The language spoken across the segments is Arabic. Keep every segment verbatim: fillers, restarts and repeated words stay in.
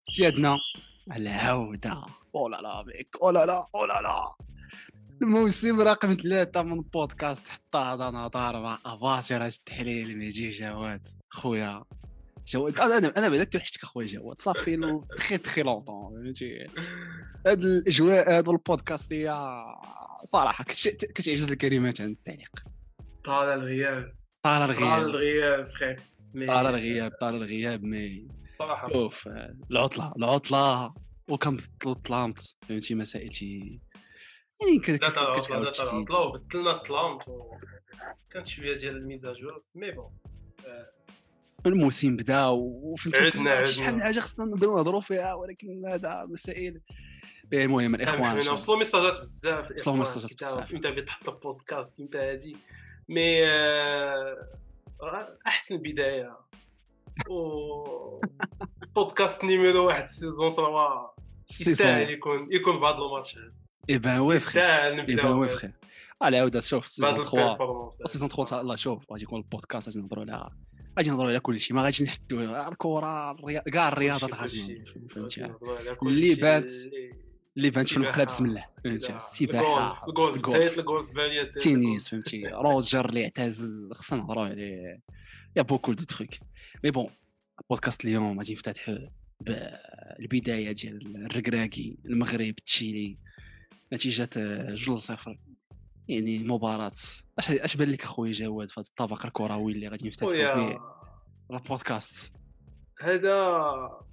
سيادنا العودة. او لا لا بيك او لا لا او لا لا الموسم رقم ثلاثة من بودكاست حتى هذا نظار مع افاتير التحليل ميجي جواد خويا جواد. انا انا بدات توحشتك اخويا جواد صافي له تخي تخي لونطون فهمتي. هاد الاجواء هذا البودكاست هي صراحه كتعجز الكلمات عن التعليق. طال الغياب طال طال الغياب الغياب خير طال الغياب طال الغياب مي صراحة شوف العطله العطله وكنبطلوا الطلانت فهمتي مسائل شي يعني لا تاع العطلة كتعاود لا تاع تشتي العطلة وبدلنا الطلانت كانت شوية ديال الميزاجور مي بون الموسم بدا وفهمتي عدنا هادشي شحال من عدنا حاجه خصنا نبداو نهضروا فيها ولكن هذا مسائل. المهم الاخوان سامحونا وصلوا ميساجات بزاف وصلوا الاخوان مساجات كتاب بزاف. انت بتحط البودكاست انت هادي مي آه، احسن بداية و بودكاست نيميرو واحد سيزون ثلاثة السيزون يستاهل يكون يكون بعض الماتشات اي بان وي فخير يستاهل اي بان نبداو وي بهذا فخير على عاوده شوف بعد السيزون ثلاثة البيرفورمانس السيزون ثلاثة الله شوف غادي يكون البودكاست غادي نهضروا على غادي نهضروا على كل شيء ما غاديش نحدوا على الكره الرياضه كاع الرياضات غادي نهضروا فهمتي اللي بانت اللي بانت في المقلب بسم الله فهمتي السباحه الجولف بداية الجولف بالية التنس فهمتي روجر اللي اعتزل خصنا نهضروا عليه يا بوكو دو تروك مي بون البودكاست اليوم غادي نفتتحوا بالبدايه ديال الركراكي المغرب تشيلي نتيجه جوج صفر يعني مباراه اش اش بان لك اخويا جواد في هذا الطبق الكروي اللي غادي نفتتحوا به البودكاست هذا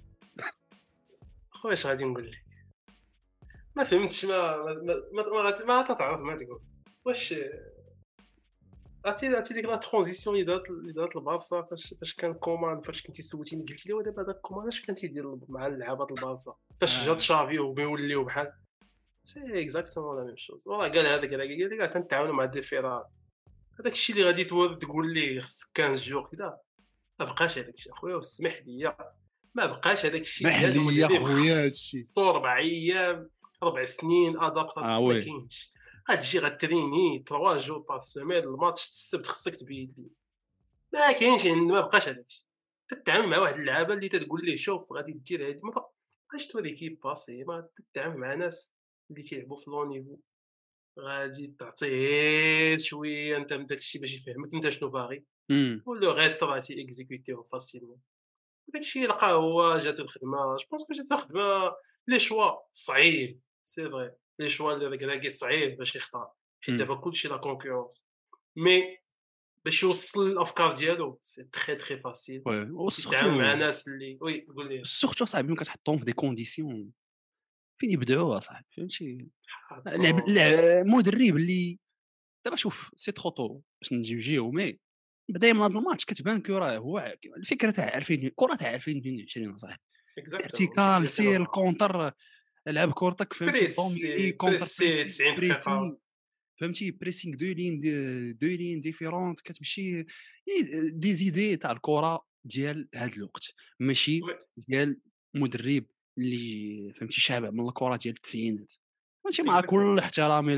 خويا اش غادي نقول لك ما فهمتش ما ما ما ما, ما تعرف ما تقول واش عرفتي عرفتي ديك لا ترانزيسيون اللي دارت اللي دارت البارسا فاش فاش كان كومان فاش كنتي سولتيني قلت لي ودابا داك كومان اش كان تيدير مع اللعابه البارسا فاش جا تشافي وبيوليو بحال سي اكزاكتومون لا ميم شوز والله قال هذاك قال قال لك تنتعاونوا مع الديفيرات هذاك الشيء اللي غادي تولد تقول ليه خصك خمسة جوغ كذا ما بقاش هذاك الشيء اخويا وسمح لي ما بقاش هذاك الشيء سمح لي يا خويا هادشي اربع ايام اربع سنين ادابتاسيون آه ما كاينش غتجي غتريني ثلاثة جور باغ سيمين الماتش السبت خصك تبين لي ما كاينش ما بقاش هذاك الشيء تتعامل مع واحد اللعابه اللي تتقول ليه شوف غادي دير هادي ما بقاش تو ليكيب باسي ما تتعامل مع ناس اللي تيلعبوا في لو نيفو غادي تعطيه شويه انت من داك الشيء باش يفهمك انت شنو باغي ولو ريست راه تي اكزيكوتيو فاسيلمون داكشي لقاه هو جات الخدمه جو بونس كو جات الخدمه لي شوا صعيب سي فري لي شوا اللي ركراكي صعيب باش يختار حيت دابا كلشي لا كونكورونس مي باش يوصل الافكار ديالو سي تري تري فاسيل يتعامل مع ناس اللي وي قول لي سورتو صاحبي ملي كتحطهم في دي كونديسيون فين يبدعوا صاحبي فهمتي لعب مدرب اللي دابا شوف سي ترو طو باش نجيو مي بدايه من هذا الماتش كتبان كو راه هو الفكره تاع ألفين الكره تاع ألفين واثنين وعشرين صاحبي ارتكال سير كونتر لعب كورتك فهمتي دوميني كونتر تسعين دقيقه فهمتي بريسينغ دو لين دو لين ديفيرونت كتمشي دي زيدي تاع الكره ديال هذا الوقت ماشي ديال مدرب اللي فهمتي شابع من الكره ديال التسعينات ماشي مع كل احترامي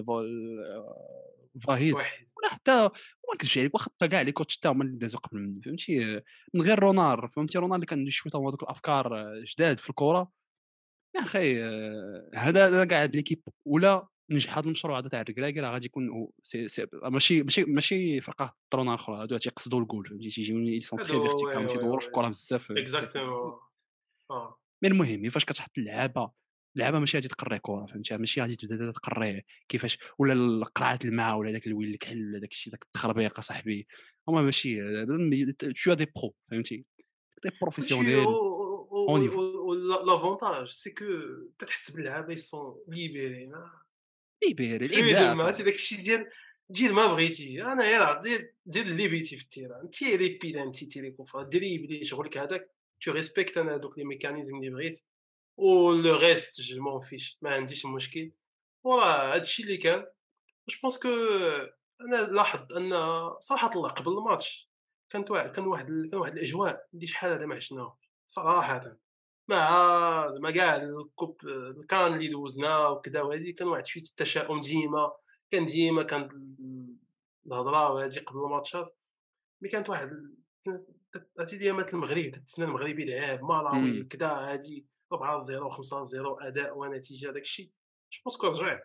الفاهيت ولا حتى ما نكذبش عليك واخا كاع لي كوتش تا هما اللي دازو قبل مني فهمتي من غير رونار فهمتي رونار اللي كان عنده شويه هذوك الافكار جداد في الكره يا اخي هذا كاع هاد ليكيب ولا نجح هذا المشروع هذا تاع الركراكي راه غادي يكون سي سي ماشي ماشي ماشي فرقه طرونار اخرى هادو تيقصدوا الجول فهمتي تيجيو لي سون تري فيرتيكال ما تيدوروش الكره بزاف اكزاكتومون اه مي المهم فاش كتحط اللعابه اللعابه ماشي غادي تقري كره فهمتي ماشي غادي تبدا تقري كيفاش ولا قرعه الماء ولا داك الويل الكحل ولا داك الشيء داك التخربيق صاحبي هما ماشي شويه دي برو فهمتي دي بروفيسيونيل لافونتاج سي كو تتحس باللعابه يسون ليبيري ليبيري الابداع صافي داك الشيء ديال دير ما بغيتي انا يلاه دير دير اللي بغيتي في التيران تيري بيلانتي تيري كوفا ديري بلي شغلك هذاك تو ريسبكت انا دوك لي ميكانيزم اللي بغيت و لو ريست جو مون فيش ما عنديش مشكل وراه هادشي اللي كان جو بونس كو انا لاحظت ان صراحه الله قبل الماتش كانت واحد كان واحد كان واحد الاجواء اللي شحال هذا ما عشناه صراحه مع زعما كاع الكوب كان اللي دوزنا وكذا وهذه كان واحد شويه التشاؤم ديما كان ديما كان الهضره وهذه قبل الماتشات مي كانت واحد عرفتي ديامات المغرب تتسنى المغربي لعاب مالاوي إمم. كدا هادي أربعة صفر خمسة صفر أداء ونتيجة داك الشيء جو بونس كو رجع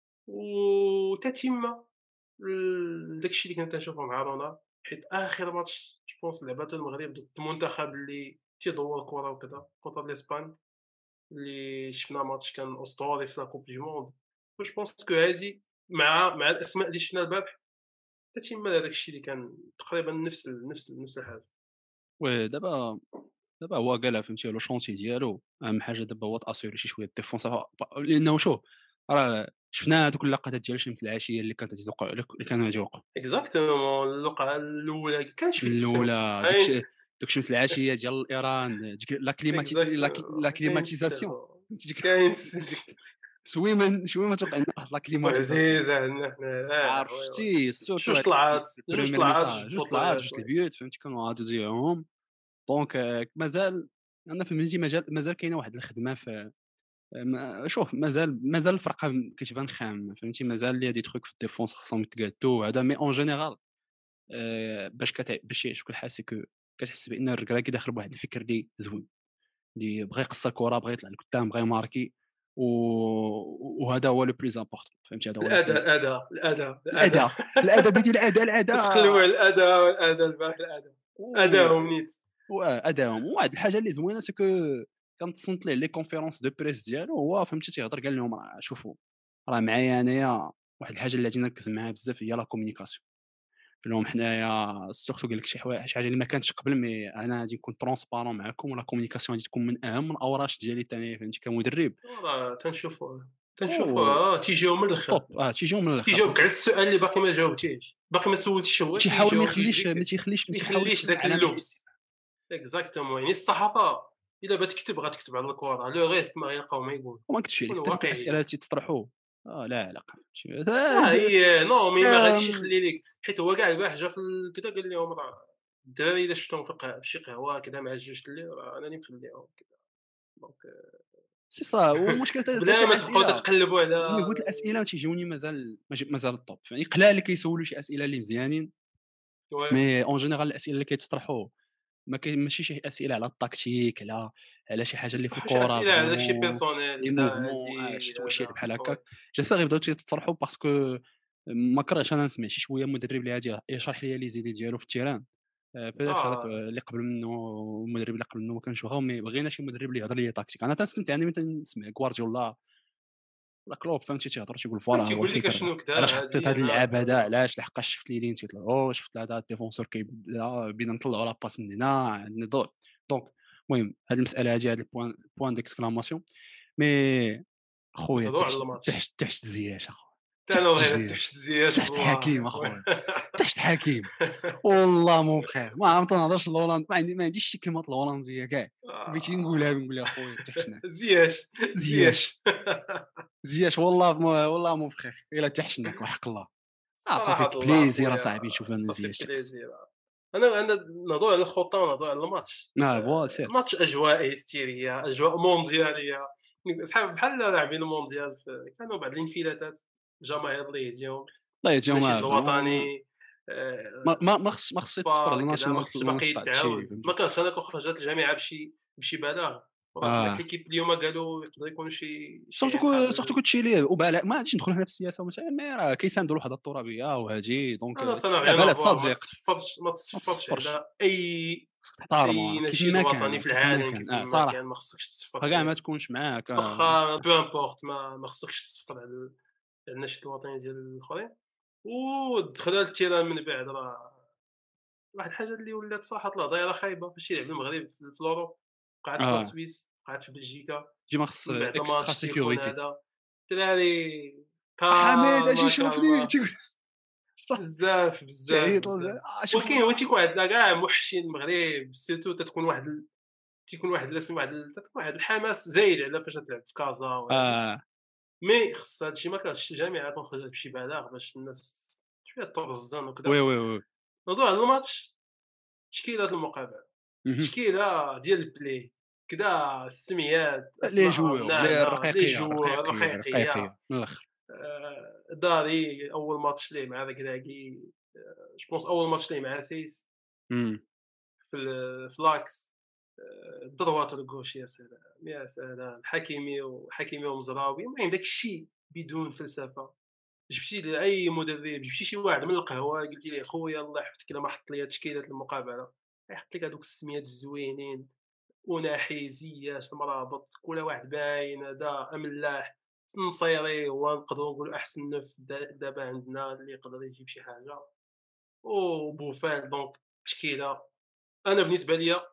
وتتم ل داك الشيء اللي كنت كنشوفه مع رونالد حيت آخر ماتش جو بونس لعباتو المغرب ضد المنتخب اللي تيدور الكرة وكذا كونتر الإسبان اللي شفنا ماتش كان أسطوري في لا كوب دو موند جو بونس كو هادي مع مع الأسماء اللي شفنا البارح تتم هذاك الشيء اللي كان تقريبا نفس ال نفس ال نفس الحاجة. ودابا دابا هو قالها فهمتي لو شونتي ديالو اهم حاجه دابا هو تاسيري شي شويه ديفونس لانه شوف راه شفنا هذوك اللقطات ديال شمس العشيه اللي كانت تتوقع اللي كانوا يتوقعوا اكزاكتومون الوقعة الأولى كانش فيه تساوي الاولى ديك أي ش- دوك شمس العشيه ديال ايران ديك لا كليماتي لا كي- لا اكزاكتومون كاين كليماتيزاسيون السر فهمتي ديك كاين السر سويما شويما توقع عندنا واحد لا كليماتيزاسيون وعزيز عندنا حنا اه وي وي عرفتي سورتو جوج هاد طلعات جوج البريمير طلعات ميطا جوج جوج طلعات بطولات جوج وي البيوت فهمتي كانوا غادي تضيعوهم دونك آه، مازال انا فهمتي مازال مازال كاينه واحد الخدمه في ما شوف مازال مازال الفرقه م- كتبان خام فهمتي مازال ليا دي تروك في الديفونس خصهم يتقادو هذا مي اون جينيرال باش كتع... باش يعيشوك الحال سي كو كتحس بان الركراكي داخل بواحد الفكر اللي زوين اللي بغى يقصر الكره بغى يطلع لقدام بغى يماركي و... وهذا هو لو بليز امبورطون فهمتي هذا هو لو الأداء بليز الأداء الأداء الأداء الاداء الاداء بيدي الاداء الاداء تقلبوا على الأداء والأداء البارح الأداء و... أداهم نيت وادائهم وواحد الحاجه اللي زوينه سي كو كنتصنت ليه لي كونفيرونس دو بريس ديالو هو فهمتي تيهضر قال لهم راه شوفوا راه معايا انايا واحد الحاجه اللي غادي نركز معاها بزاف هي لا كومونيكاسيون قال لهم حنايا سورتو قال لك شي حوايج شي حاجه اللي ما كانتش قبل مي انا غادي نكون ترونسبارون معكم ولا كومونيكاسيون غادي تكون من اهم الاوراش ديالي ثاني فهمتي كمدرب راه تنشوفوا تنشوفوا او اه تيجيو من الآخر توب اه تيجيو من الاخر تيجاوبك على فهمتي السؤال اللي باقي ما جاوبتيش باقي ما سولتيش هو تيحاول ما تيجاوب يخليش تيجيك ما تيخليش ما ما تيحاول يخليش يخلي داك علامه اللبس اكزاكتومون يعني الصحافه الا بغات تكتب غتكتب على الكره لو ريست ما غيلقاو ما يقول وما كنتش عليك كون حتى دوك واقعي الاسئله اللي تيطرحوا اه لا علاقه فهمتي اه هي نو مي ما غاديش آم، يخلي لك حيت هو كاع البارح جا في ال- كذا قال لهم راه الدراري الا شفتهم في القهوه في شي قهوه كذا مع جوج الليل راه انا اللي مخليهم كذا دونك سي صا والمشكل تا تا- تا بلا ما تبقاو الاسئله تتقلبوا على نيفو د الاسئله تيجوني مازال ماج- مازال الطوب يعني قلال اللي كيسولوا شي اسئله اللي مزيانين وي مي اون جينيرال الاسئله اللي كيتطرحوا ما كاين ماشي شي اسئله على التكتيك على على شي حاجه اللي في تصلح شي الكره اسئله على داكشي فريمون بيرسونيل لي كذا موفمون اه هادي شتو شي هذا بحال وي هكاك جيسبر يبداو تيتطرحوا باسكو ما كرهتش انا نسمع شي شويه مدرب اللي غادي يشرح لي لي زيدي ديالو في التيران بيتيتر هذاك اه اللي قبل منه المدرب اللي قبل منه ما كانش واخا مي بغينا شي مدرب اللي يهضر لي تاكتيك انا تنستمتع يعني ملي تنسمع غوارديولا ولا كلوب فهمتي تيهضر تيقول فوالا فين هو تيقول لك الفكر اشنو كذا علاش حطيت هادي هذا انا اللعاب هذا كذا علاش لحقاش شفت لي لين تيطلع او شفت هذا الديفونسور كيبدا بينا نطلعوا لا باس من هنا عندنا ضعف دونك المهم هذه المساله هذه هذا البوان بوان ديكسكلاماسيون مي خويا نهضروا على تحت الماتش تحت تحت زياش اخويا حتى انا تحت والله الا زياش تحت زياش تحت حكيم والله اخويا تحت حكيم والله مو بخير ما عم تنهضرش الهولند ما عندي ما عنديش شي كلمات الهولنديه كاع بغيتي نقولها نقول لها خويا تحشنا زياش زياش زياش زياش والله مو والله مو بخير الا تحشناك وحق الله اه صافي صراحة الله بليزير اخويا اصاحبي نشوف انا صافي زياش تحس بليزير انا انا نهضروا على الخطه ونهضروا على الماتش اه فوالا آه، سير ماتش اجواء هستيريه اجواء موندياليه صحاب بحال لاعبين المونديال في- كانوا بعض الانفلاتات جماهير الله يهديهم الله يجيهم النشيد آه، فريمون الوطني ما آه، ما ما خص ما خصش يتصفر الصفا لنا شي كذا ما ما خصش باقي نشطع شي يتعاود ما فهمتي كرهتش انا كون خرجت الجامعه بشي بشي بلاغ وراه سمعت اه ليكيب اليوم قالوا يقدر يكون شي شي سورتو كو سورتو عقاب كو تشيلي وبالا ما غاديش ندخل هنا في السياسه مثلا مي راه كيساندوا الوحده الترابيه وهادي دونك انا صنع لا غير بلد افوار ما صادق تصفرش ما ما تصفرش تصفرش على اي خصك تحتارمو اي راه كيف نشيد ما وطني كان في كيف ما العالم كان كيف اه ما كان صراحه ما خصكش تصفر كاع ما عليه تكونش معاك آه. واخا بو امبورت ما ما خصكش تصفر على ال- على النشيد الوطني ديال الاخرين ودخل التيران من بعد راه واحد الحاجه اللي ولات صراحه لا دايره خايبه فاش يلعب المغرب في اليورو قعدت في لا اه سويس قعدت في بلجيكا ديما خص من بعد اكسترا الماتش تيكون سيكوريتي هذا الدراري حميد اجي كالما شوفني كالما تيقول صح بزاف بزاف تعيط بزاف آه، شوف ولكن هو الله تيكون عندنا كاع موحشين المغرب سيرتو تتكون واحد ال... تيكون واحد الاسم واحد ال... تتكون واحد الحماس زايد على فاش تلعب في كازا وهادي اه مي خص هادشي ما كانش الجامعه تنخرج بشي بلاغ باش الناس شويه ترزن وي وكذا وي وي نهضروا على الماتش تشكيله المقابله مهم. تشكيله ديال البلاي كدا السميات لي اسماء جوور لي ناعمه لي الرقيقيه جوور الرقيقيه رقيقيه الرقيقيه من الاخر آه، داري اول ماتش ليه مع ركراكي جو بونس اول ماتش ليه مع سيس امم في ال- في لاكس الدروات الكوش. يا سلام يا سلام، حكيمي وحكيمي ومزراوي، المهم داك الشيء بدون فلسفه. جبتي لاي مدرب، جبتي شي واحد من القهوه قلتي ليه خويا الله يحفظك كده ما حط لي تشكيله المقابله، يحط لك هذوك السميات الزوينين، وناحي زياش المرابط، كل واحد باين هذا املاح نصيري. هو نقدروا نقولوا احسن نف دا- دابا عندنا اللي يقدر يجيب شي حاجه، وبوفال. دونك تشكيله انا بالنسبه ليا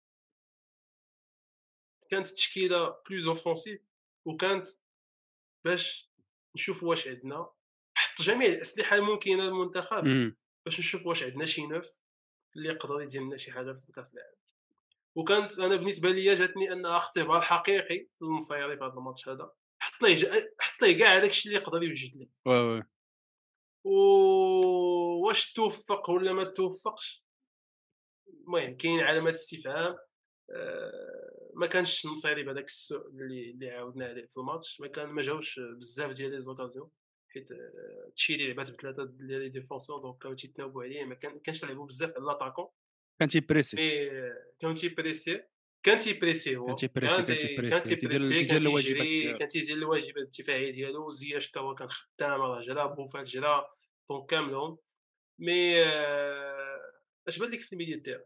كانت تشكيله بلوز اوفونسيف، وكانت باش نشوف واش عندنا، حط جميع الاسلحه الممكنه للمنتخب امم باش نشوف واش عندنا شي نوف اللي يقدر يدير لنا شي حاجه في كاس العالم. وكانت انا بالنسبه ليا جاتني انها اختبار حقيقي للنصيري في هذا الماتش هذا. حط ليه ج- حط ليه كاع داك الشيء اللي يقدر يوجد ليه، وي وي و واش توفق ولا ما توفقش، المهم كاين علامات استفهام. آه، ما كانش النصيري بهذاك السوء اللي اللي عاودنا عليه في الماتش، ما كان ما جاوش بزاف ديال لي زوكازيون، حيت آه، تشيلي لعبات بثلاثه ديال لي ديفونسور، دونك كانوا تيتناوبوا عليه، ما كان- كانش لعبوا بزاف على لاطاكون. كان تيبريسي مي كان تيبريسي كان تيبريسي كان هو تيبريسي كان كان تي كان تيبريسي تيدير تيبريسي، كان تيدير الواجبات تيجري، ديالو. كان تيدير الواجبات الدفاعيه ديالو. زياش حتى هو كان خدام، راه جرا بوفال جرا، دونك كاملهم. مي آه، اش بان لك في الميديا تاعو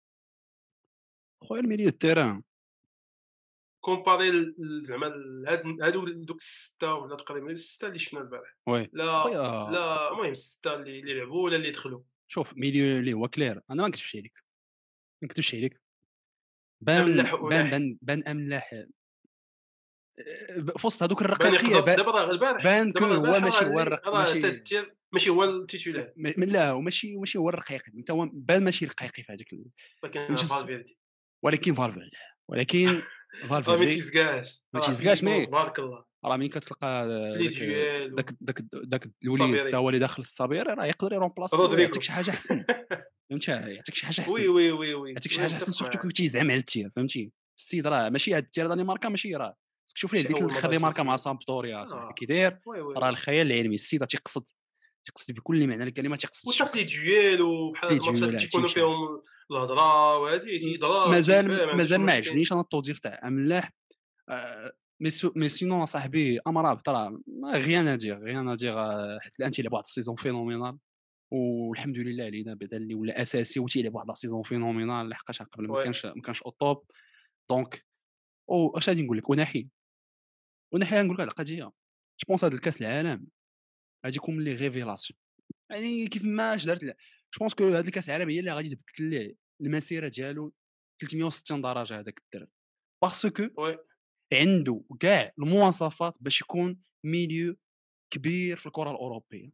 خويا الميليو تيران كومباري ل- ل- زعما ل- هاد هادو دوك السته ولا تقريبا السته اللي شفنا البارح؟ وي لا خويا خو- لا، المهم السته اللي اللي لعبوا ولا اللي دخلوا. شوف ميليو اللي هو كلير، انا ما نكتبش عليك ما نكتبش عليك بان املاح بان وناح. بان بان املاح في وسط هذوك بان الرقاقيه يقدر با- دابا راه البارح، بان كو دابا راه هو البارح راه ماشي هو اللي الرق راه ماشي تدير ماشي هو التيتولار. م- م- لا وماشي ماشي هو الرقيق، انت هو بان ماشي رقيقي في هذاك ال- ولكن فهمتي الس- فالفيردي ولكن فالفيردي ولكن راه ما فالفيردي تيزكاش، ما راه تيزكاش فيزيكمون مي تبارك الله راه ملي كتلقى في لي داك ديوال. داك داك داك الوليد حتى وصابيري هو اللي داخل الصبير راه يقدر يرومبلاسي ويعطيك رودريغو. شي حاجه احسن. فهمتي يعطيك شي حاجه وي احسن وي وي وي يعطيك شي وي حاجه احسن متفق سورتو كي معاك. تيزعم على التير. فهمتي السيد راه ماشي هاد التير دانيماركا ماشي راه خصك تشوف ليه ماشي ديك اول الاخر مره اللي ماركا مع تيسمع. سامبدوريا صاحبي اه كي داير وي وي راه وي. الخيال العلمي. السيد تيقصد تيقصد بكل معنى الكلمه تيقصد وحتى في لي الشوك ديوال وبحال لي هاد الماتشات اللي ديولا تيكونوا تيمشي عليه. فيهم الهضره وهادي تيهضر مازال وتيفهم، ما عندوش مازال ما مشكل. عجبنيش انا التوظيف تاع املاح. آه، مي سو مي سينون صاحبي امرابط راه غيان ادير غيان ادير حتى الان تيلعب واحد السيزون فينومينال والحمد لله علينا بعدا اللي ولا اساسي وتيلعب واحد السيزون فينومينال لحقاش قبل ما وي كانش ما كانش او توب. دونك او اش غادي نقول لك وناحي وناحي غنقول لك على القضيه. جو بونس هذا الكاس العالم غادي يكون من لي ريفيلاسيون يعني كيف ما اش دارت. جو بونس كو هذا الكاس العالم هي اللي غادي تبدل ليه المسيره ديالو ثلاثمية وستين درجه هذاك الدرب باسكو وي عنده كاع المواصفات باش يكون ميليو كبير في الكره الاوروبيه.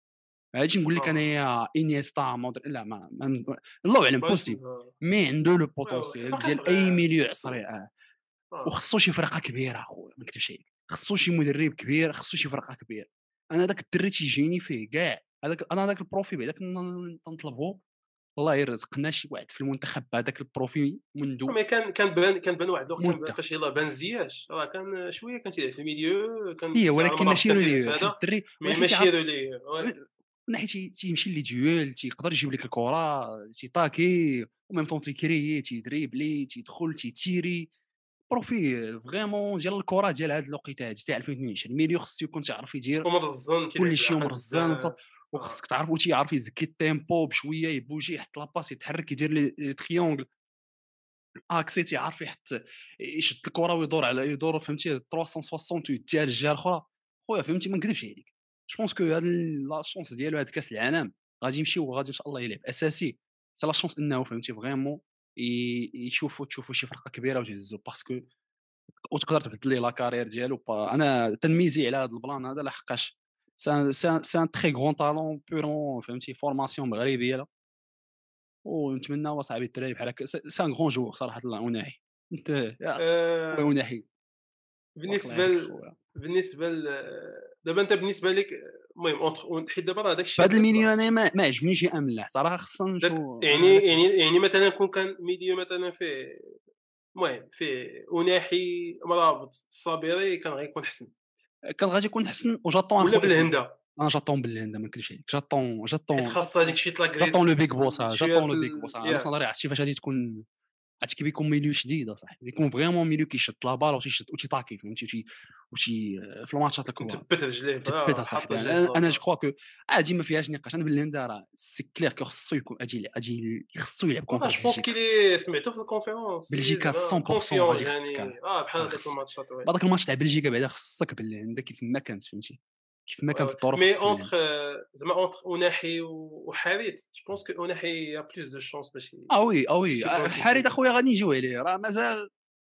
هادشي نقول لك اه انايا انيستا مودر لا ما, ما الله اعلم ماش بوسيبل ن- مي عنده لو وي وي حيت بوتونسييل باقي ديال اي صغير. ميليو عصري. اه اه وخصو شي فرقه كبيره اخويا ما نكتبش عليك خصو شي مدرب كبير خصو شي فرقه كبيره. انا داك الدري تيجيني فيه كاع هذاك انا هذاك البروفي بعدا كنا تنطلبه والله يرزقنا شي واحد في المنتخب بهذاك البروفي منذ مي كان كان بان كان بان واحد الوقت، كان بان مده. فاش يلاه بان زياش راه كان شويه كان تيلعب في الميليو، كان هي ساعه ولكن المرابط ماشي كان تيلعب في رولي حيت هذا. الدري مي ولا حيت ماشي يعرف رولي وي. من ناحيه تي- تيمشي لي ديوال تيقدر يجيب لك الكره تيطاكي وميم طون تيكريي تيدريبلي تيدخل تيتيري بروفي فريمون ديال الكره ديال هاد الوقيته هادي تاع ألفين واثنين وعشرين ميليو خصو يكون تعرف يدير ومرزن تيلعب كل شيء بالعقل ومرزان بزاف. وخ- اه وخصك تعرف وتيعرف يزكي التيمبو بشويه يبوجي يحط لاباس يتحرك يدير لي لي تريونغل اكسي تيعرف يحط يشد الكره ويدور على يدور فهمتي ثلاثمية وستين ويديها للجهه الاخرى. خويا فهمتي ما نكذبش عليك. جو بونس كو هاد لا شونس ديالو هاد كاس العالم غادي يمشي وغادي ان شاء الله يلعب اساسي. سي لا شونس انه فهمتي فريمون يشوفوا تشوفوا شي فرقه كبيره وتهزوا باسكو وتقدر تبدل ليه لا كارير ديالو. با- انا تنميزي على هذا البلان هذا لحقاش سان سان سان تري غون طالون بيرون فهمتي فورماسيون مغربيه. ونتمنى هو صاحبي الدراري بحال هكا سان غون جوور صراحه الله وناحي انت يا خويا آه، وناحي بارك الله بالنسبه عليك ل... خويا. بالنسبه ل... دابا انت بالنسبه لك، المهم أونتخ- حيت دابا راه داك الشيء بهذا بدا الميليو انا خلاص. ما, ما عجبنيش املاح صراحه خصنا داك نشوف يعني انا داك يعني يعني مثلا كون كان ميليو مثلا فيه، المهم فيه اناحي مرابط الصابيري كان غيكون حسن، كان غادي يكون حسن وجاطون ولا اخويا في بالهندا. انا جاطون بالهند ما نكذبش عليك جاطون جاطون حيت خاص هذيك شي جاطون لاغريسيف لو بيغ بوس شويه جاطون في لو بيغ بوس ال... انا في يا نظري عرفتي فاش غادي تكون عرفتي كيف يكون ميليو شديد اصاحبي يكون فريمون ميليو كيشط لا بال وتيشط وتيطاكي فهمتي وتي وشي في الماتشات الكبار مثبت رجليه تبت فا حاط اصاحبي رجليه يعني في انا جو البلاصه. كخوا كو عادي ما فيهاش نقاش انا بالهند راه سي كلير كو خصو يكون اجي اجي خصو يلعب فوالا كونتر جو بونس بلجيكا كيلي سمعتو في الكونفيرونس هي بلجيكا زعما مية بالمية كونفيون غادي يخصك جاني اه بحال راه هذاك خصك الماتشات وي. بعداك الماتش تاع بلجيكا بعدا خصك بالهند كيف ما كانت فهمتي كيف ما وي كانت وي الظروف مي خصك اونتر بالهند زعما اونتر اوناحي وحارث جو بونس كو اوناحي يا بلوس دو شونس باش اه وي اه وي يكون حريت تيتيلي. اخويا غادي نجيو عليه راه مازال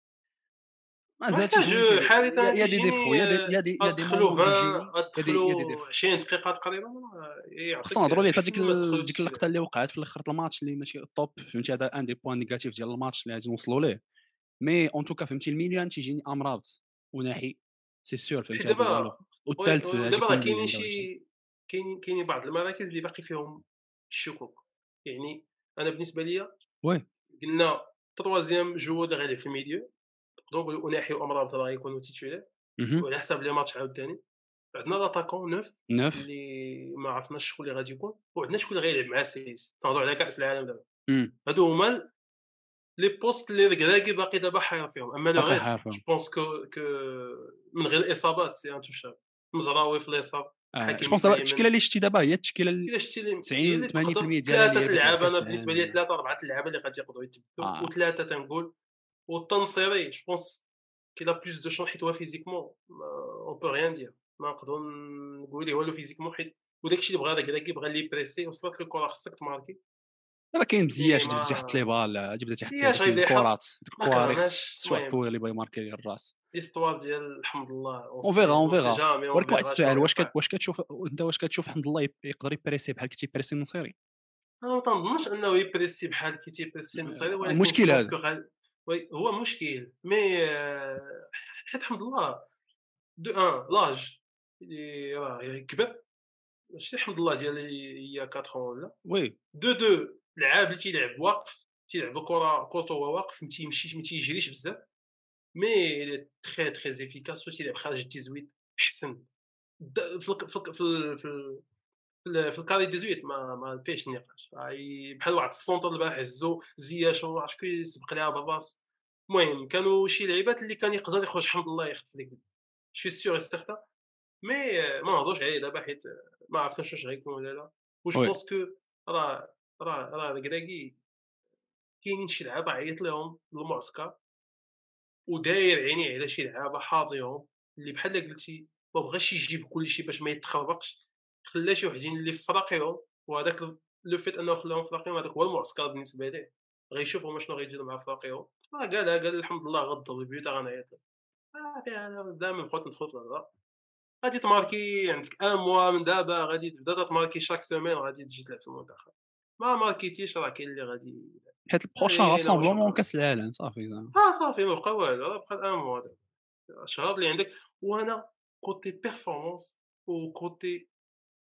ما مازال تيجيني يحتاج في حارث يا انا يا دي ديفو تيجيني يا دي يا دي يا دي غتدخلوا مومون عشرين كيجيني يا دي يا دي غتدخلوا ديفو عشرين دقيقه تقريبا خصنا يعطيك نهضروا ليه احسن هذيك ما ال- تدخل ديك تشتي اللقطه له. اللي وقعت في الاخر الماتش اللي ماشي الطوب فهمتي هذا ان دي بوان نيجاتيف ديال الماتش اللي غادي نوصلوا ليه مي اون توكا فهمتي الميليان تيجيني امراض وناحي سي سور حيت فهمتي هذا هو دابا الو وي والثالث وي، غادي ودابا راه يكون كاينين بالهند ولا شي شي كاينين كاينين بعض المراكز اللي باقي فيهم الشكوك. يعني انا بالنسبه ليا وي قلنا تروازيام جو اللي غيلعب في الميليو نقدروا نقولوا اناحي وامراض راه غيكونوا تيتولار اها وعلى حساب لي ماتش عاوتاني. عندنا لاتاكون نوف نوف اللي ما عرفناش شكون اللي غادي يكون، وعندنا شكون اللي غيلعب مع سيس نهضروا على كاس العالم دابا. امم هادو هما لي بوست اللي كراكي باقي دابا حاير فيهم، اما لو باقي ريست حار جو فيهم بونس كو كو من غير الاصابات سي انتوشابل. مزراوي في اليسار، آه جو حكيمي بونس في دابا اليمين. التشكيله اللي شتي دابا هي التشكيله ال الا شتي لي هي تسعين اللي تقدر ثمانين بالمية ديالها اللي هي ثلاثه اللي تلعب اللعابه. انا كاس بالنسبه العالم لي دابا ثلاثه اربعه اللعابه اللي غادي يقدروا يتبدلوا اه وثلاثه تنقول. والتنصيري جو بونس كي لا بلوس دو شون حيت هو فيزيكمون اون بو ريان دير ما نقدروا نقول ليه والو فيزيكمون حيت وداك الشيء اللي بغا داك داكي بغا لي بريسي وصلت لك الكره خصك تماركي. دابا كاين مي زياش اللي ما بدا تيحط لي بال غادي بدا تيحط لي فياش هذيك غيبدا يحط الكرات ديك ما الكواري كرهناش. خص المهم طويل اللي بغا يماركي الراس ليستوار ديال الحمد لله اون اون فيغا سي اون اون سي فيغا جامي اون ولكن واحد فيغا شنو السؤال واش كت... غيوقع. واش كتشوف انت واش كتشوف حمد الله يب- يقدر يبريسي بحال كي تيبريسي النصيري انا ما تنظنش انه يبريسي بحال كي تيبريسي النصيري، آه، ولكن جو مشكل بونس هذا كو غا- وي هو مشكل. مي آه، حيت الحمد لله دو ان لاج اللي راه كبر ماشي الحمد لله ديال هي أربعة ولا وي دو دو لعاب اللي تيلعب واقف تيلعب الكره كورتو هو واقف ما تيمشيش ما تيجريش بزاف. مي إلي تري تري افيكاس و تيلعب خارج التزويد احسن. د- في الك- في الك- في ال- في ال- في ال- في الكاري تمنطاش ما ما فيهش النقاش. هاي بحال واحد السونتر البارح هزو زياش وما عرفتش كي سبق ليها بالراس. المهم كانوا شي لعيبات اللي كان يقدر يخرج حمد الله يخطف ديك شي سيغ اي سيغتان. مي ما نهضروش عليه دابا حيت ما عرفناش واش غيكون ولا لا. وج وي بونس كو راه راه راه الكراكي كاينين شي لعابه عيط لهم المعسكر وداير عينيه على شي لعابه حاضيهم اللي بحال قلتي ما بغاش يجيب كلشي باش ما يتخربقش. خلى شي وحدين اللي في فراقيهم وهذاك لو فيت انه خلاهم في فراقيهم هذاك هو المعسكر بالنسبه ليه. غيشوف هما شنو غيديروا مع فراقيهم. آه قالها قال الحمد لله غض البيوت غنعيط له. صافي انا دائما بقيت ندخل في الهضره. غادي تماركي عندك ان موا من دابا غادي تبدا تماركي شاك سيمين غادي تجي تلعب في المنتخب. ما ماركيتيش راه كاين اللي غادي حيت البروشان علينا راسومبلومون وشكرا. كاس العالم صافي زعما آه صافي ما بقى والو راه بقى ان موا دابا. الشهر اللي عندك. وانا كوتي بيرفورمانس وكوتي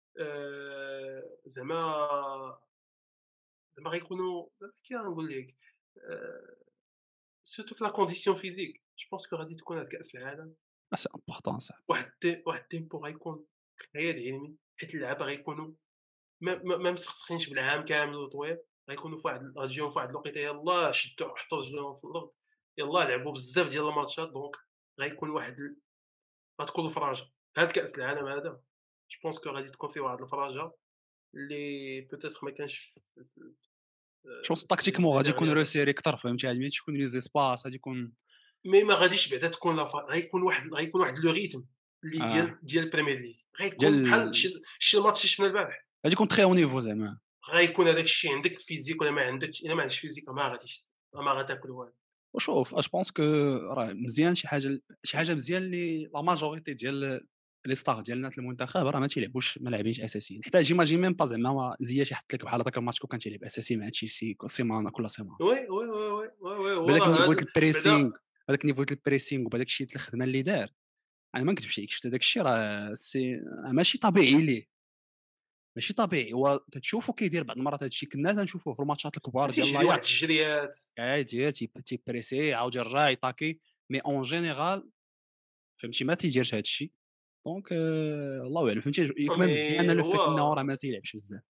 آآ زعما زعما غيكونوا كي غنقول لك آآ سيرتو في لا كونديسيون فيزيك جو بونس كو غادي تكون هاد كأس العالم سي امبورطون صاحبي واحد الت واحد التيمبو غيكون خيال علمي. حيت اللعابة غيكونوا ما ما ما مسخسخينش بالعام كامل وطويل. غيكونوا في واحد غتجيهم في واحد الوقيته يلاه شدوا حطوا رجليهم في الأرض يلاه لعبوا بزاف ديال الماتشات. دونك غيكون واحد ال غتكون الفرجة. هاد كأس العالم هذا جو بونس كو غادي تكون فيه واحد الفرجة اللي بوتيتر ما كانش في شوف في تاكتيكمون لي غادي يكون ديرنيير روسيري فيرسيون. اكثر فهمتي غادي تكون لي زيسباس غادي يكون مي ما غاديش بعدا تكون لا ف غيكون واحد غيكون واحد لو ريتم اللي اه ديال ديال البريمير ليغ غيكون بحال ديال شي شي الماتش اللي شفنا البارح. غادي يكون تري اون نيفو زعما غيكون هذاك الشيء عندك الفيزيك ولا ما عندكش. الا ما عندكش فيزيك ما غاديش ما غاتاكل والو. وشوف اش بونس كو راه مزيان شي حاجه شي حاجه مزيان اللي لا ماجوريتي ديال لي ستار ديالنا في المنتخب راه ما تيلعبوش ملاعبينش اساسيين حتى جيماجين ميم با زعما زياش يحط لك بحال هذاك الماتش كون كان تيلعب اساسي مع تشيلسي كل سيمانه كل سيمانه وي وي وي وي وي وي هو بهذاك راه النيفو هاد ديال بعدا. البريسينغ هذاك النيفو ديال البريسينغ وبهذاك الشيء ديال الخدمه اللي دار انا ما نكذبش عليك شفت هذاك الشيء راه سي ماشي طبيعي ليه ماشي طبيعي هو تتشوفو كيدير بعض المرات هذا الشيء كنا تنشوفوه في الماتشات الكبار ديال تيجري واحد لاياكس الجريات. عادي تي تيبريسي عاود يرجع يطاكي مي اون جينيرال فهمتي ما تيديرش هذا الشيء دونك آه، الله اعلم فهمتي كمان مزيانه مي لو هو فات انه راه ما تيلعبش بزاف.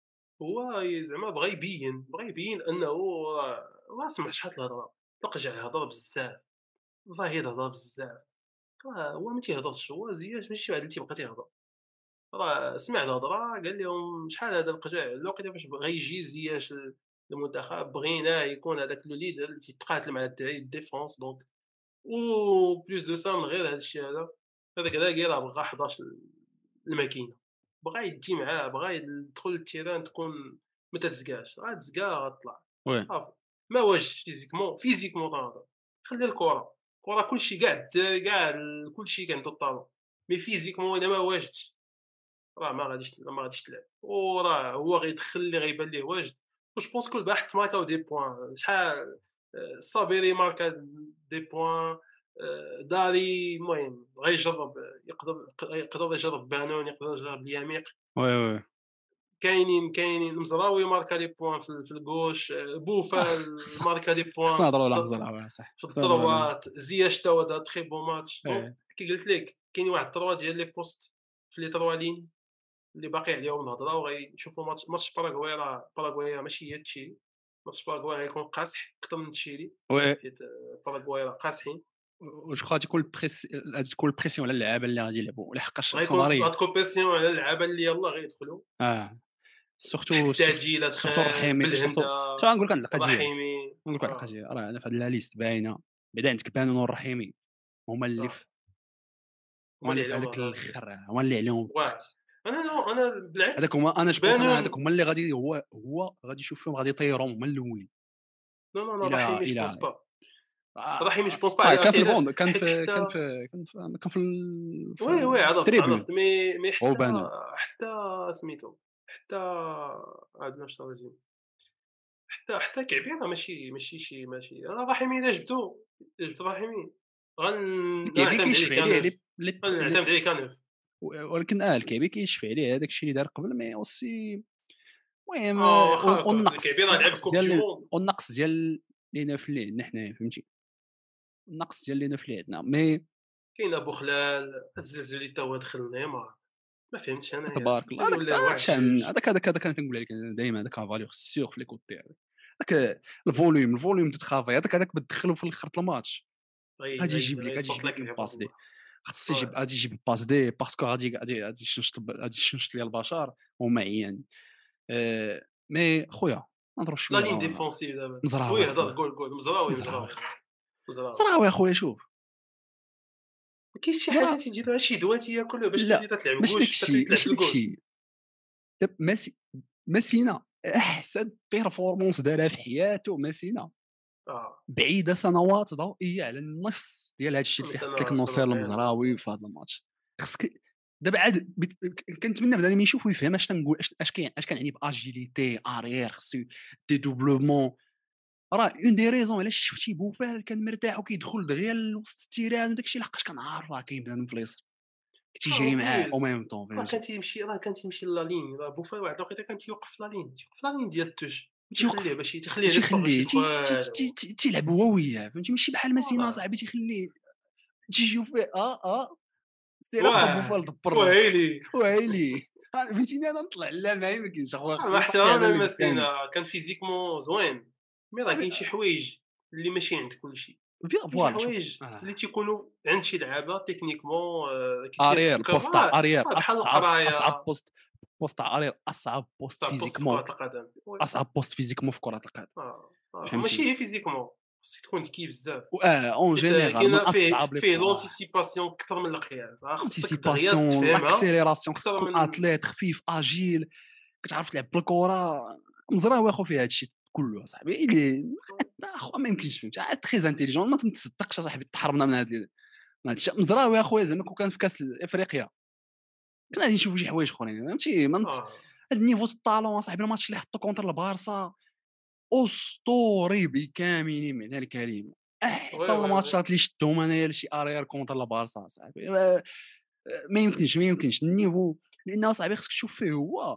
هو ي زعما بغا يبيّن، بغا يبيّن أنه راه راه سمع شحال الهضرة، رجع يهضر بزاف، زاهد هضر بزاف، راه هو ما تيهضرش، هو زياش ماشي واحد اللي تيبقى تيهضر، راه سمع الهضرة قال لهم شحال هذا القجع الوقيته فاش بغا يجي زياش ل للمنتخب بغيناه يكون هذاك لو ليدر اللي تيتقاتل مع الدراري الديفونس دونك و plus de ça من غير هاد الشي هذا، هذاك داكي راه بغا حداش ل الماكينة، بغا يدي معاه، بغا يدخل للتيران تكون ما تتزكاش، غتزكا غتطلع، وي صافي، ما واجدش فيزيكمون فيزيكمون تنهضر، خلي الكورة، الكورة كلشي كاع الدراري كاع ال كلشي عنده الطالون، مي فيزيكمون إلا ما واجدش راه ما غاديش ما غاديش تلعب، وراه هو غيدخل اللي غيبان ليه واجد، وجو بونس كل بحث ماركاو دي بوان شحال آآ الصابيري ماركا دي بوان آآ داري المهم غيجرب يقدر يقدر يجرب بانون يقدر يجرب اليميق، وي وي كاينين كاينين المزراوي ماركا لي بوان في ال في الغوش، اخ بوفال ماركا لي بوان خصنا في نهضروا على الض مزرعه صح في خصنا نهضروا على الدروات، زياش تا هو دار تري بون ماتش، دونك ايه كي قلت لك كاينين واحد التروا ديال لي بوست في لي تروا لين اللي باقي عليهم الهضره وغيشوفوا ماتش ماتش باراغواي راه باراغواي ماشي هي تشيلي، ماتش باراغواي غيكون قاصح اكثر من تشيلي وي حيت آه، باراغواي راه قاصحين، واش بقى تكون البريس غادي تكون البريسيون على اللعابه اللي غادي يلعبوا لحقاش غيكون خضريه غتكون بيسيون على اللعابه اللي يلاه غيدخلوا اه سورتو سورتو حدادي لا سورتو دخل الرحيمي سورتو بالهنده شنو غنقول لك على العلاقه ديالي رحيمي نقول لك على العلاقه اه ديالي راه انا في هاد لا ليست باينه بعدا عندك بانون والرحيمي هما اللي اه في هما هما اللي اللي في عليهم هذاك الهضره بزاف الاخر هما اللي عليهم واه الضغط انا نو انا هذاك بالعكس هما انا جوبونس انا هذاك بانون هما اللي غادي هو هو غادي يشوف فيهم غادي يطيرهم هما الاولين نو نو نو الى رحيمي جو بونس الى با رحيمي جو آه بونس با آه، كان في عرفتي علاش البوند كان حيت في كان حتى في كان في كان في ال- في وي، وي عرفت، التريبيون عرفت مي مي هو حتى بانون حتى سميتو حتى عندنا شنو غادي حتى حتى كعبيرة ماشي ماشي شي ماشي أنا رحيمي إلا جبتو جبت رحيمي غن الكيبي غنعتمد عليه كيشفي عليه لي كنوف، لي غنعتمد عليه كنوف، ولكن اه الكيبي كيشفي عليه هذاك الشيء اللي دار قبل مي اوسي المهم آه آه، واخا وال- هاكا والنقص كعبيرة لعب والنقص كوب دو ديال موند والنقص ديال لي نوف اللي عندنا حنايا فهمتي النقص ديال لي نوف اللي عندنا مي كاين أبو خلال الزلزولي تا هو دخل نيمار ما فهمتش أنايا تبارك الله الزلزولي هذاك ولا تا واحد شان جوج هذاك هذاك هذاك انا كنقول لك دائما هذاك فاليور سيغ في لي كوتي هذاك الفوليوم الفوليوم دو ترافاي هذاك هذاك بتدخلو في الاخر الماتش غي غادي غي يجيب لك غادي يجيب غيصوت لك لك اون لعيبة باس دي والله خاص يجيب واه غادي يجيب باس دي باسكو غادي غادي غادي يشنشط غادي يشنشط ليا البشر ومعي يعني آه، مي خويا نهضروا لا شويه لين على ديفونسيف دابا مزراوي وي هضر اخويا قول قول مزراوي مزراوي مزراوي اخويا مزراوي مزراوي اخويا شوف ما كاينش شي مزرا حاجة تيجي لها شي دوا تياكل باش تولي لا تتلعب ماشي داك كوش تولي الشيء تلعب ماشي داك بالكوش الشيء داب ماسي ماسينا احسن بيرفورمانس دارها في حياته ماسينا اه بعيده سنوات ضوئيه على النص ديال هذا الشيء اللي حط لك مثلا سنة النصير أربعين المزراوي في هذا الماتش خصك دابا عاد بت- كنتمنى بنادم يشوف ويفهم اش تنقول اش اش كاين اش كنعني باجيليتي اريير خصو دي دوبلومون راه اون دي ريزون علاش شفتي بوفال كان مرتاح وكيدخل دغيا لوسط التيران وداك الشيء لحقاش كنعرف راه كاين بنادم في اليسر اه اون كتيجري معاه او بليس ميم طون راه كان فهمتي تيمشي راه كان تيمشي لا لين راه بوفال واحد الوقيته كان تيوقف في لا لين تيوقف في لا لين ديال التوش تيخليه تيوقف باش تيخليه ليسباغ باش تيخليه تي- تي- يدخل تي- تي- تيلعب هو وياه فهمتي ماشي بحال ماسينا فوالا صاحبي تيخليه تيجيو فيه اه اه سير اخا بوفال واه دبر راسك ويلي ويلي آه، فهمتيني انا نطلع لا معايا ما كاينش اخويا مع خصني نصافي انا احترامنا اللي قدامي لمسينا كان فيزيكمون زوين مي راه صاحبي كاين شي حوايج اللي ماشي عند كلشي في- كاين شي فوالا شوف حوايج آه. اللي تيكونوا عند شي لعابه تكنيكمون آه، كي ارير تيفكر البوست تاع راه ارير راه بحال اصعب اصعب القرايه بوست بوست تاع ارير اصعب بوست صعب بوست في كره فيزيكمون القدم وي. اصعب بوست فيزيكمون في كره القدم آه، آه، ماشي فهمتي غير فيزيكمون خصك تكون ذكي بزاف اه اون حيت جينيرال من كاينه فيه اصعب لي فيه بوان آه. لونتيسيباسيون اكثر من القياد راه خصك دغيا انتيسيباسيون تفهمها لاكسيليراسيون خصك اكثر تكون من اتليت خفيف اجيل كتعرف تلعب بالكره مزراوي اخو فيه هادشي كله صاحبي اللي اخو ما يمكنش فهمت عاد تري انتيليجون ما تنتصدقش صاحبي تحرمنا من هاد ال- من هاد الشيء مزراوي اخويا زعما كون كان في كاس افريقيا كنا غادي نشوفوا شي حوايج اخرين فهمتي ما نت- اه هاد النيفو تاع الطالون صاحبي الماتش اللي حطو كونتر البارسا اسطوري بكامل معنى الكلمه وي احسن وي وي الماتشات اللي شفتهم انايا لشي اريير كونتر البارسا صاحبي ما ما يمكنش ما يمكنش النيفو لانه صاحبي خصك تشوف فيه هو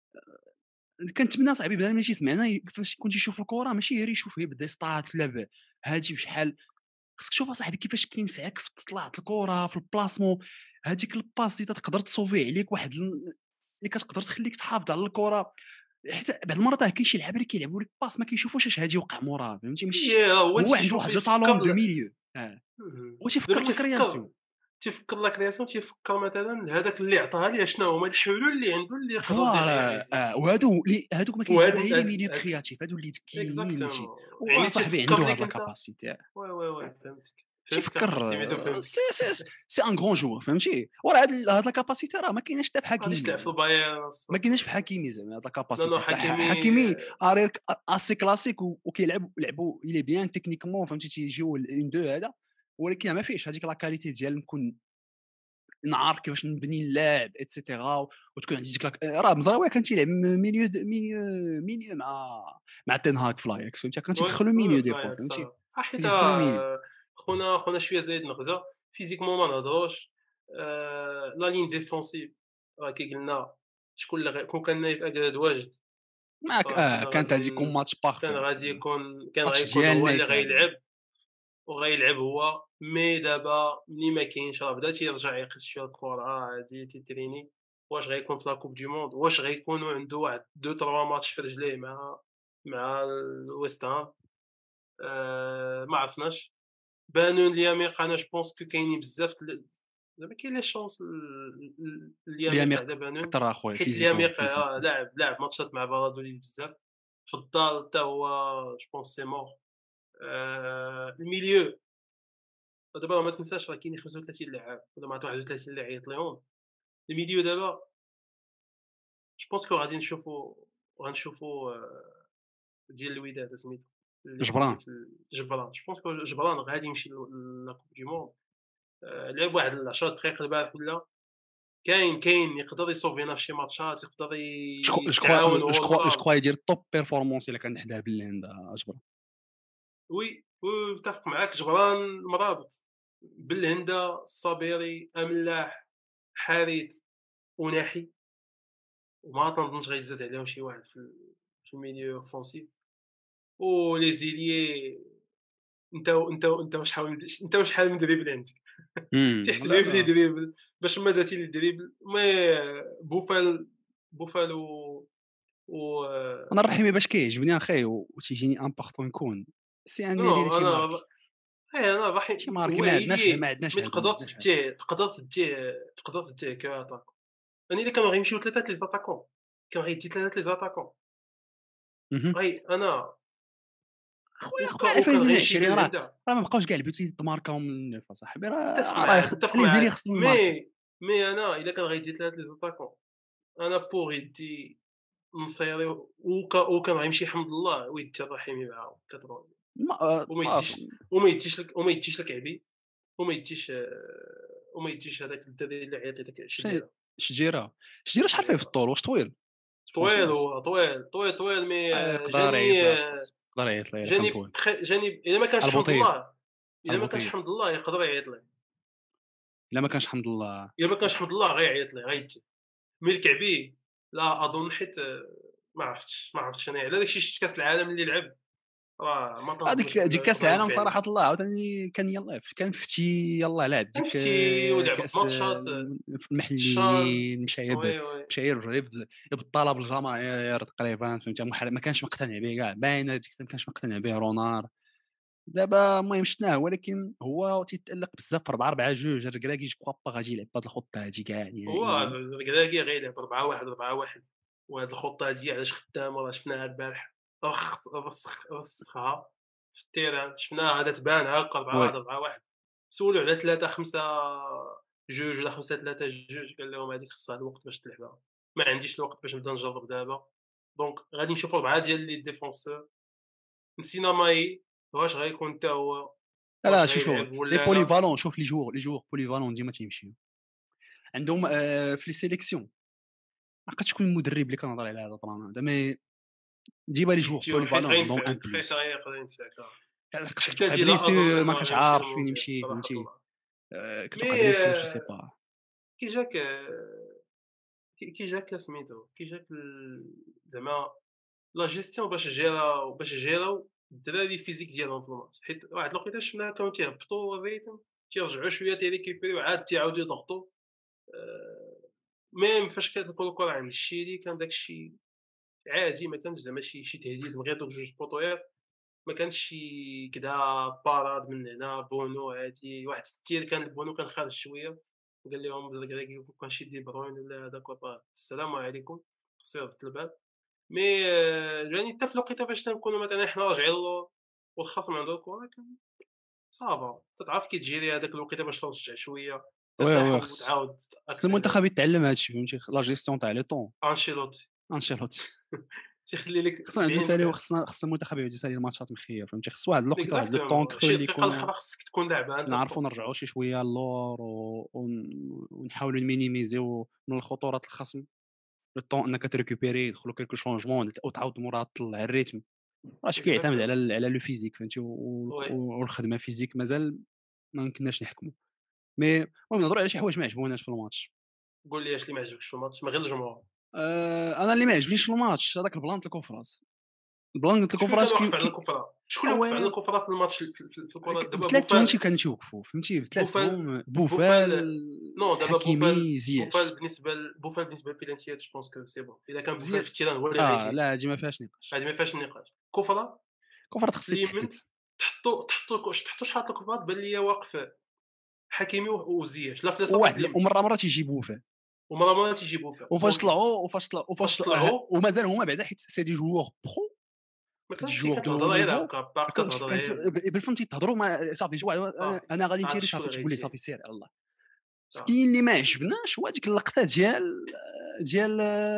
كنتمنى صاحبي بدا ماشي سمعنا ي- فاش كنت يشوف الكره ماشي غير يشوف غير بدا يسطات لعب هادي بشحال خصك تشوف اصاحبي كيفاش كينفعك في طلعت الكره في البلاسمون. هذيك الباس اللي تقدر تصوفي عليك واحد ال- اللي كتقدر تخليك تحافظ على الكره. حيت بعض المرات راه كاين شي لعابه اللي كيلعبوا لك باس ما كيشوفوش اش هادي وقع موراه، فهمتي؟ مش هي هو هو عنده تيشوف واحد لو طالون دو يفكر. ميليو. اه اهم. هو تيفكر دابا لا تيفكّر كرياسيون. تيفكّر لا كرياسيون، تيفكّر مثلًا هذاك اللي عطاها ليه شنو هما الحلول اللي عنده اللي يقدر يدير فوالا رياليزي. آه، وهادو اللي هادوك ما وهاد كيجيبها غير لي هاد ميليو هاد كرياتيف، هادو اللي ذكيين شي. إكزاكتومون، هو يعني صاحبي تيفكّر عنده هاد ليك لا أنت. كاباسيتي. وي، وي، وي، فهمتك، فهمتك تيفكر أخي سميتو، فهمتك. سي سي سي ان غران جوور، فهمتي؟ وراه هاد هاد لا كاباسيتي راه ما كايناش حتى في ما غاديش تلعب في حكيمي. البايرن ما الصاد. كايناش في حكيمي زعما هاد لا نو، نو، كاباسيتي تاع ح- حكيمي. حكيمي. اريك اسي كلاسيك و- وكيلعب لعبوا الي بيان تكنيكمون، فهمتي؟ تيجيو اون دو هذا، ولكن ما فيهش هذيك لا كاليتي ديال نكون نعرف كيفاش نبني اللاعب ايتترا. وتكون عندي ديك لاك- راه مزراوي كان تيلعب ميليو د- ميليو ميليو مع مع تين هاك فلايكس، فهمتي؟ كان وي، تيدخلوا وي ميليو في دي فوا، الآياكس فهمتي؟ صراحة. آه، حيت تيدخلوا ميليو. آه، خونا خونا شوية زايد نغزة، فيزيكمون ما نهضروش. آآ لا لين ديفونسيف راه كي قلنا شكون اللي غي كون كان نايف أكراد واجد، معاك اه، فكنا كانت غادي غادي يكون ن ماتش كان بارفي. غادي يكون كان ماتش غيكون هو ديالنا اللي يفهم. غيلعب، وغيلعب هو. مي دابا ملي ما كاينش راه بدا تيرجع يقيس شوية الكورة عادي تيتريني. واش غيكون في لا كوب دو موند، واش غيكونوا عنده واحد اثنين ثلاثة ماتش في رجليه مع مع الويست هام. آآ ما عرفناش. بانون اليميق انا جو بونس كو كاينين بزاف د زعما كاين لي شونس ل ل اليميق اليميق على بانون. كثر اخويا حيت فيزيكمون اليميق آه فيزيكمون. لاعب لاعب ماتشات مع فالادوليد بزاف. في الدار حتى هو جو بونس سي مور. آآ الميليو دابا راه ما تنساش راه كاينين خمسة وثلاثين لاعب ولا مع واحد وثلاثين اللي عيط ليهم. الميليو دابا جو بونس كو غادي نشوفوا غنشوفوا آه، ديال الوداد سميتو اللي جبران. سميت ال- جبران. جو بونس كو جبران غادي يمشي ل لا كوب دو موند. آآ لعب واحد عشرة دقايق البارح ولا. كاين كاين يقدر يسوفينا في شي ماتشات، يقدر جو جو كخوا يتعاون جو هو كخوا جو والمرابط. كخوا يدير توب بيرفورمانس الا كان حداه بالهند اجبر. وي، وي متفق معاك. جبران المرابط بالهنده الصابيري املاح حارث وناحي، وما تنظنش غيتزاد عليهم شي واحد في ال- في الميليو اوفونسيف. ولي زيليي انت انت انت وشحال من انت وشحال من دريبل عندك. امم لا تيحسبها في لي لا دريبل باش ما درتي لي دريبل. مي بوفال بوفالو و انا الرحيمي باش كيعجبني اخي وتيجيني امبورطون يكون سي ان نو ايريري تي انا ماركي. اي انا راح تي ماركي هو ما عندناش ما ايليي. عندناش مي هادو ما تقدر عندناش هادو. تديه تقدر تديه تقدر تديه كاتاك. انا الا كانوا غيمشيو ثلاثه لي زاتاكون كان غيدي ثلاثه لي زاتاكون. اهم. غي انا خويا وكا خويا وكان غيمشي ألفين واثنين وعشرين راه بالهندا. راه ما بقاوش كاع البيوت تماركاهم من النوف اصاحبي، متفق راه راه معاك، يخ- متفق لي زيري معاك. خصهم يماركو. مي مي انا الا كان غيدي ثلاثه لي زاتاكون انا بوغ يدي نصيري. وكا وكان غيمشي حمد الله ويدي الرحيمي معاهم كتروزي. ما آه، وما ما يديش وما يديش لك وما يديش لك عبي. وما يديش آه، وما يديش هذاك الدري اللي عيط لك شنو شديره. شجيره. شجيره شحال فيه في شديره الطول؟ واش طويل؟ طويل، جوبونس هو طويل طويل طويل. مي اه آه، يقدر يعيط جاني ليه آه، الصاط، يقدر يعيط ليه الا كان جاني طويل. بخ... جاني الا ما كانش حمد البوطيل الله. الا ما كانش البوطيل حمد الله يقدر يعيط لي. الا ما كانش حمد الله. الا ما كانش حمد الله غيعيط لي غيدي. مي الكعبي لا اظن حيت آه، ما عرفتش ما عرفتش انا على داكشي شفت كاس العالم اللي لعب راه ما هذيك تنظنش ديك انه كاس يقدر العالم يدفع لي. صراحه الله عاوتاني كان يلاه كان فتي يلاه لعب ديك عرفتي آه، ولعب كاس ماتشات آه، في شان. المحليين مشى ب- وي، وي. مشى يرهب بالطلب الجماهير تقريبا، فهمتي؟ ما كانش مقتنع به كاع، باين هذيك ما كانش مقتنع به رونار. دابا المهم شفناه، ولكن هو تيتالق بزاف في أربعة أربعة جوج. الركراكي جو كخوا با غادي يلعب بهاد الخطه هادي كاع هو نهائيا. الكراكي غيلعب أربعة واحد أربعة واحد. وهاد الخطة هادي علاش خدامة راه شفناها البارح. رخ رسخ رسخها في التيران شفناها هذا تبان هاكا أربعة وي واحد أربعة واحد. سولو على ثلاثة خمسة جوج ولا خمسة ثلاثة جوج قال لهم هذيك خصها الوقت باش تلعبها. ما عنديش الوقت باش نبدا نجرب دابا. دونك غادي نشوفوا أربعة ديال لي ديفونسور. نسينا ماي واش غيكون حتى هو لا لا واش شوفوا غيلعب لي ولا لا. بوليفالون، شوف لي جوور لي جوور بوليفالون ديما تيمشيو عندهم آه، في لي سيليكسيون. ما عقلتش شكون المدرب اللي كنهضر على هذا البلان هذا، مي ديما لي جوور يديهم حيت بوليفالون عندهم ان غينفعك حيت بلوس. غيقدر ينفعك. خاصك حتى تبقى دي لا بليسي اظن ما انه كاش غيمشي عارف فين للمونديال يمشي، صراحه فهمتي؟ الله. آه، مي كتبقى بليسي واش سي آه، با. كي جاك آه، كي كي جاك سميتو كي جاك ال- زعما لا جيستيون باش جيراو باش جيراو الدراري فيزيك ديالهم في الماتش، حيت واحد الوقيته شفنا كانوا تيهبطوا الريتم تيرجعوا شويه تيريكيبيريو عاد تيعاودوا يضغطوا. آه، ميم فاش كتكون الكره عند الشيري كان داك الشيء عادي، ما كانش زعما شي شي تهديد من غير دوك جوج بوطويات، ما كانش شي كدا باراد من هنا بونو عادي واحد التير كان بونو كان خارج شويه قال لهم الكراكي كان شي دي بروين ولا هذاك وطا السلام عليكم خصو يربط الباب. مي آه، يعني حتى في الوقيته فاش تنكونوا مثلا حنا راجعين للور والخصم عنده الكره كان صافا تتعرف كي تجيري هذاك الوقيته باش ترجع شويه وي ترتاح وي خص وتعاود خص المنتخب يتعلم هذا الشيء فهمتي لا جيستيون تاع لو طون انشيلوتي انشيلوتي تيخلي لك خصنا نعاودو سبعين نساليو خصنا خص المنتخب يعاود يسالي الماتشات مخير فهمتي خص واحد الوقت واحد لو طون اكزاكتومون كرو شي اللي دقيقه يكون الاخرى خصك تكون لاعب انت نعرفوا نرجعوا شي شويه للور و... ون... ونحاولوا نمينيميزيو من الخطورات الخصم لو طون انك تريكوبيري يدخلوا كيلكو شونجمون وتعاود مورا تطلع الريتم راه كيعتمد على ال- على لو فيزيك فهمتي و- وي و- والخدمه فيزيك مازال ما يمكنناش نحكموا مي المهم نهضروا على شي حوايج ما عجبوناش في الماتش. قول لي اش اللي ما عجبكش في الماتش من غير الجمهور. أه انا اللي ما عجبنيش في الماتش هذاك البلان الكونفراس البلان شكون الكونفراس كان كي, واقف على كي... الكفره شكون اللي وقف على اولا الكفره في الماتش في, في, في الكره دابا بثلاث بوفال فهمتي كانوا تيوقفوا فهمتي بثلاث بوفال فهم بوفال بوفال نو دابا بوفال حكيمي زياش بوفال بالنسبه ل- بوفال بالنسبه للبيلانتيات جو بونس كو سي بون الا كان بوفال زياش في التيران هو اللي اه غيجي لا هادي ما فيهاش نقاش هذه ما فيهاش النقاش. كفره كونفراس خص اللي يتحدد من تحطوا تحطوا تحطوا شحال الكفرات بان ليا واقف حكيمي وزياش لا في اليسار لا في وواحد اليمين ومره مره تيجي بوفال ومره مره تيجي بوفال وفاش دونك طلعوا وفاش طلعوا وفاش فاش طلعوا طلعوا ومازال هما بعدا حيت سي دي جوور برو ما سي دي كانش جوور كانت دو الهضره غير نيفو هكا باقي كنت كتهضر كنت غير بالفهمتي تهضروا مع صافي شي واحد انا, صافي أنا غادي عرفت نتيري شكون صافي اللي تقول لي غيتيري صافي سير على الله صافي. سكين اللي ما عجبناش هو ديك اللقطه ديال ديال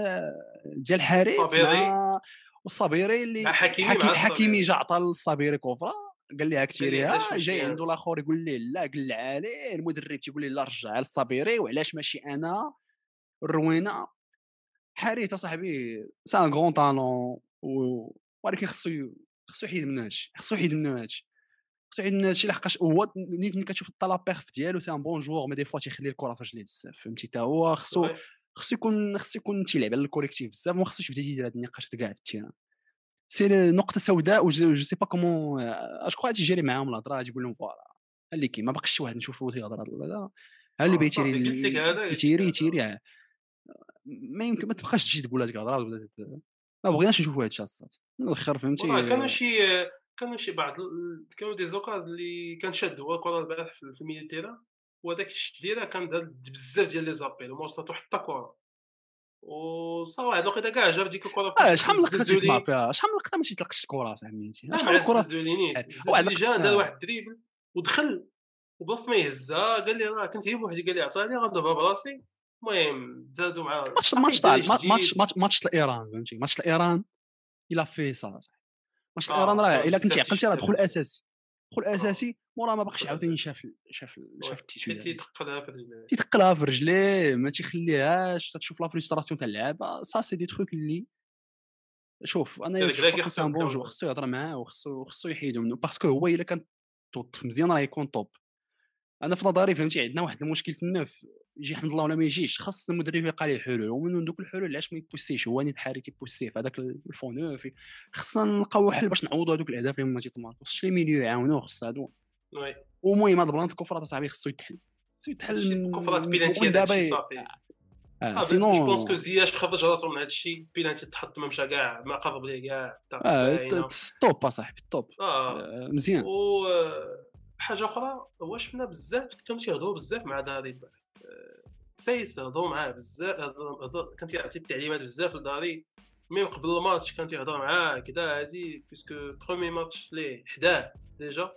ديال الحارث الصبيري مع والصبيري مع اللي حكيمي حكي مع حكيمي الصبيري جا عطى للصبيري كوفرا قال لها قال لي كتيريها علاش ماشي جاي انا عنده الاخر يقول ليه لا قلع عليه المدرب تيقول ليه لا رجع للصبيري وعلاش ماشي انا الروينه حارث صاحبي سي ان غون طالون ولكن خصو ي- خصو يحيد من هادشي خصو يحيد من هادشي خصو يحيد من هادشي لحقاش هو نيت ملي كتشوف الطلا بيرف ديالو سي ان بون جوور مي دي فوا تيخلي الكره في رجليه بزاف فهمتي حتى هو خصو وي خصو يكون خصو يكون تيلعب على الكوليكتيف بزاف وما خصوش يبدا يدير هاد النقاشات كاع في التيران سي نقطه سوداء و جو سي با كومون اش كوا تيجري معاهم الهضره غادي يقول لهم فوالا اللي كاين ما باقيش شي واحد نشوفو تيهضر هاد لا ها اللي اه بيتيري صافي قلت لك هذا قلت لك يتيري هذا يتيري ما يمكن ما تبقاش تجي تقول هذيك الهضره ولا تت- ما بغيناش نشوفوا هادشي الصات من الاخر والله فهمتي كانوا شي كانوا شي بعض ال- كانوا دي زوكاز اللي كان شاد هو الكره البارح في في الميلي تيران وهذاك الشديره كان دار بزاف ديال لي زابيل وما وصلتو حتى كره وصا واحد الوقيته كاع جاب ديك الكره اه فاش شحال من لقطه تيطمع الزلزولي فيها شحال من لقطه ما تيطلقش الكره صاحبي لا شحال مع من كره الزلزولي نيت واحد الزلزولي جا لقطه دار آه. واحد الدريبل ودخل وبلاصه ما يهزها قال لي راه كنت هي بوحدي قال لي عطاني غنضربها براسي المهم زادوا مع ماتش باقي ماتش تاع الدراري ماتش جديد ماتش ماتش الايران فهمتي ماتش الايران الا في صا ماتش الايران اه راه كانوا الا كنتي بزاف عقلتي راه تيشدوا دخل اساسي دخل اه اساسي مورا ما باقيش دخل عاوتاني اساسي شاف شاف شاف وي التيتو حيت يعني تيتقلها في رجليه تيتقلها في رجليه ما تيخليهاش تشوف لا فريستراسيون تاع اللعابه سا سي دي تروك اللي شوف انا هذاك جو كراكي كخوا سي خصو ان بون يوقف جو له خصو يهضر معاه وخصو خصو يحيدو منه باسكو هو الا كان توظف مزيان راه يكون توب انا في نظري فهمتي عندنا واحد المشكل تما في- يجي حمد الله ولا ما يجيش خاص المدرب يلقى ليه حلول ومن دوك الحلول علاش ما يبوسيش هو نيت حاري تيبوسي في هذاك الفونوف خصنا نلقاو حل باش نعوضوا هذوك الاهداف اللي ما تيطماركوش خص لي ميليو يعاونوه خص هادو وي ومهم هذا البلان الكفر صاحبي خصو يتحل خصو يتحل هادشي من كفرات من بيلانتي دابا هادشي ي- صافي آه اه جو بونس كو سينون زياش خرج راسو من هادشي بيلانتي تحط ما مشى كاع ما قرب ليه كاع الطاقه آه باينه ستوب صاحبي ستوب اه آه مزيان و حاجه اخرى هو شفنا بزاف كانوا تيهضروا بزاف مع داري سايس هضروا معاه بزاف هضر- هضر- كان تيعطي التعليمات بزاف لداري ميم قبل الماتش كان تيهضر معاه كذا هادي بيسكو برومي ماتش ليه حداه ديجا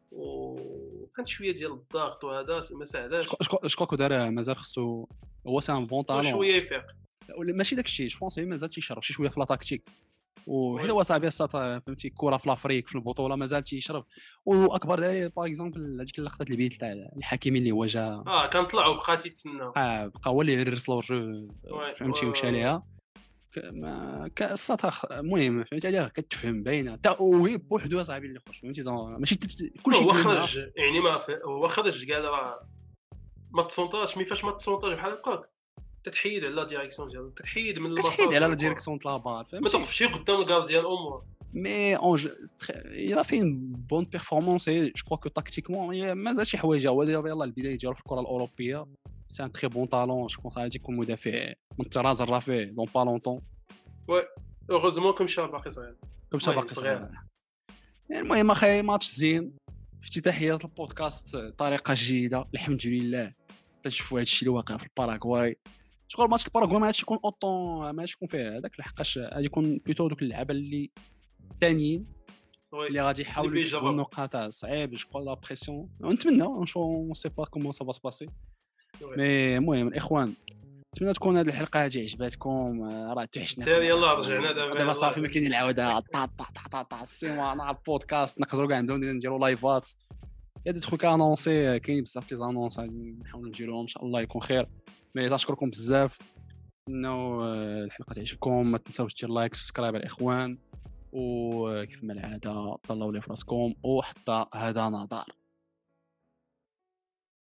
وكانت شويه ديال الضغط وهذا ما ساعداش شكون دار مازال خصو هو سان بون طالون شويه يفيق ماشي داك الشيء جو بونس مازال تيشرب شي شويه في لا تاكتيك وحيت وي. هو صاحبي الساط فهمتي الكره في لافريك في البطوله مازال تيشرب واكبر دليل باغ اكزومبل هذيك اللقطات اللي بيت تاع الحكيمي اللي هو جا اه كان طلعوا بقى تيتسناو بقى بقى هو اللي يرسل الجو وي، فهمتي وي، ومشى وي. ليها ك- ما كالساط المهم فهمتي عليها كتفهم باينه حتى وهي بوحدو صاحبي اللي خرج فهمتي زعما ماشي تت- كلشي هو فهمها. خرج يعني ما ف- هو خرج قال راه ما تصونطاش مي فاش ما تصونطاش بحال هكاك تتحيد على لا ديريكسيون ديالو تتحيد من المسار كتحيد على ديال لا الكرة. ديريكسيون تاع لابار ما فهمتي توقفش قدام الكارديان امور مي اون il a fait une bonne performance et je crois que tactiquement مازال شي حوايج هو دابا يلاه البدايه ديالو في الكره الاوروبيه سي ان تري بون طالون جو كونس غادي يكون مدافع من الطراز الرفيع دون با لونطون وي اوغوزمون كم شهر باقي صغير كم شهر باقي صغير. المهم اخي ماتش زين افتتاحيه البودكاست طريقه جيده الحمد لله تنشوفوا هادشي اللي واقع في الباراغواي. شغل ماتش الباراغواي ما غاديش يكون اوطون ما غاديش يكون فيه هذاك لحقاش غادي يكون بلوتو دوك اللعابه اللي ثانيين اللي غادي يحاولوا يجيبوا النقاط صعيب جو لا بريسيون ونتمنى اون سي با كومون سا با سباسي. مي المهم الاخوان نتمنى تكون هذه الحلقه هذه عجباتكم راه توحشنا يلا رجعنا دابا صافي ما كاين العوده طا طا طا طا السيمانه البودكاست نقدروا كاع نبداو نديروا لايفات يا دي تخوك انونسي كاين بزاف ديال الانونس نحاولوا نديروهم ان شاء الله يكون خير. مي تشكركم بزاف انه الحلقه تعجبكم ما تنساوش دير لايك سبسكرايب الاخوان وكيف ما العاده طلعوا لي فراسكم وحتى هذا نظر.